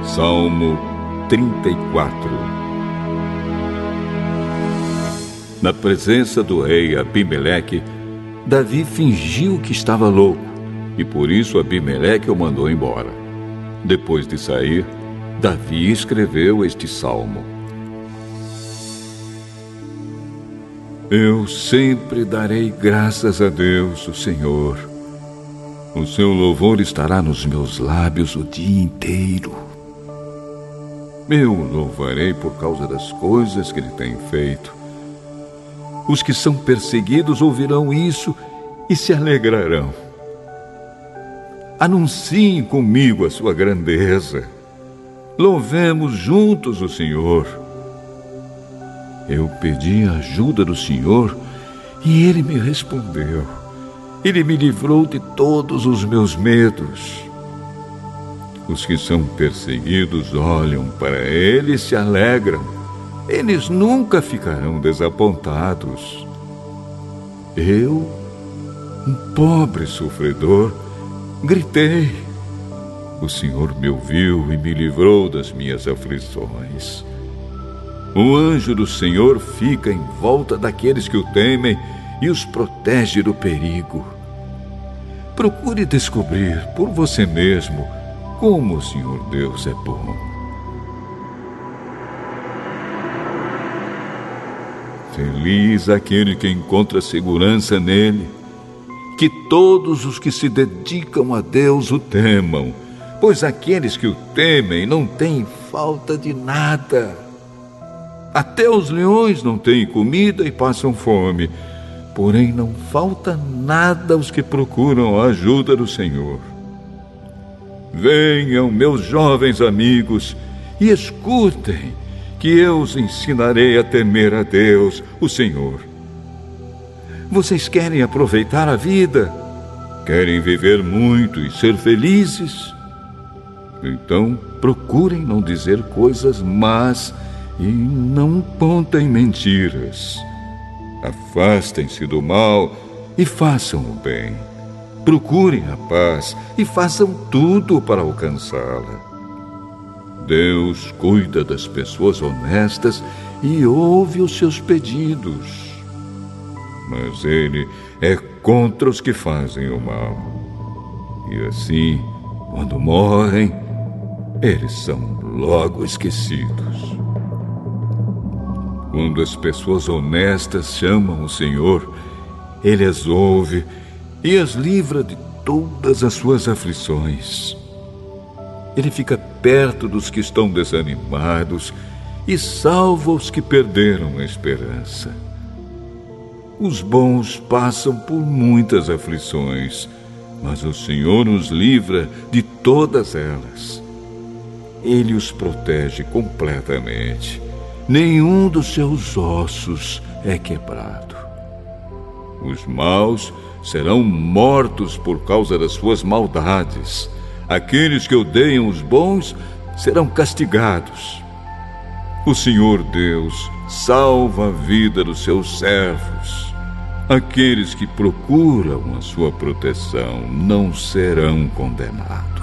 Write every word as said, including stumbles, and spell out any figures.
Salmo trinta e quatro. Na presença do rei Abimeleque, Davi fingiu que estava louco, e por isso Abimeleque o mandou embora. Depois de sair, Davi escreveu este salmo: Eu sempre darei graças a Deus, o Senhor. O seu louvor estará nos meus lábios o dia inteiro. Eu o louvarei por causa das coisas que ele tem feito. Os que são perseguidos ouvirão isso e se alegrarão. Anunciem comigo a sua grandeza. Louvemos juntos o Senhor. Eu pedi a ajuda do Senhor e Ele me respondeu. Ele me livrou de todos os meus medos. Os que são perseguidos olham para Ele e se alegram. Eles nunca ficarão desapontados. Eu, um pobre sofredor, gritei. O Senhor me ouviu e me livrou das minhas aflições. O anjo do Senhor fica em volta daqueles que o temem e os protege do perigo. Procure descobrir por você mesmo como o Senhor Deus é bom. Feliz aquele que encontra segurança nele. Que todos os que se dedicam a Deus o temam, pois aqueles que o temem não têm falta de nada. Até os leões não têm comida e passam fome, porém não falta nada aos que procuram a ajuda do Senhor. Venham, meus jovens amigos, e escutem, que eu os ensinarei a temer a Deus, o Senhor. Vocês querem aproveitar a vida? Querem viver muito e ser felizes? Então procurem não dizer coisas más e não contem mentiras. Afastem-se do mal e façam o bem. Procurem a paz e façam tudo para alcançá-la. Deus cuida das pessoas honestas e ouve os seus pedidos. Mas Ele é contra os que fazem o mal. E assim, quando morrem, eles são logo esquecidos. Quando as pessoas honestas chamam o Senhor, Ele as ouve e as livra de todas as suas aflições. Ele fica perto dos que estão desanimados e salva os que perderam a esperança. Os bons passam por muitas aflições, mas o Senhor os livra de todas elas. Ele os protege completamente. Nenhum dos seus ossos é quebrado. Os maus serão mortos por causa das suas maldades. Aqueles que odeiam os bons serão castigados. O Senhor Deus salva a vida dos seus servos. Aqueles que procuram a sua proteção não serão condenados.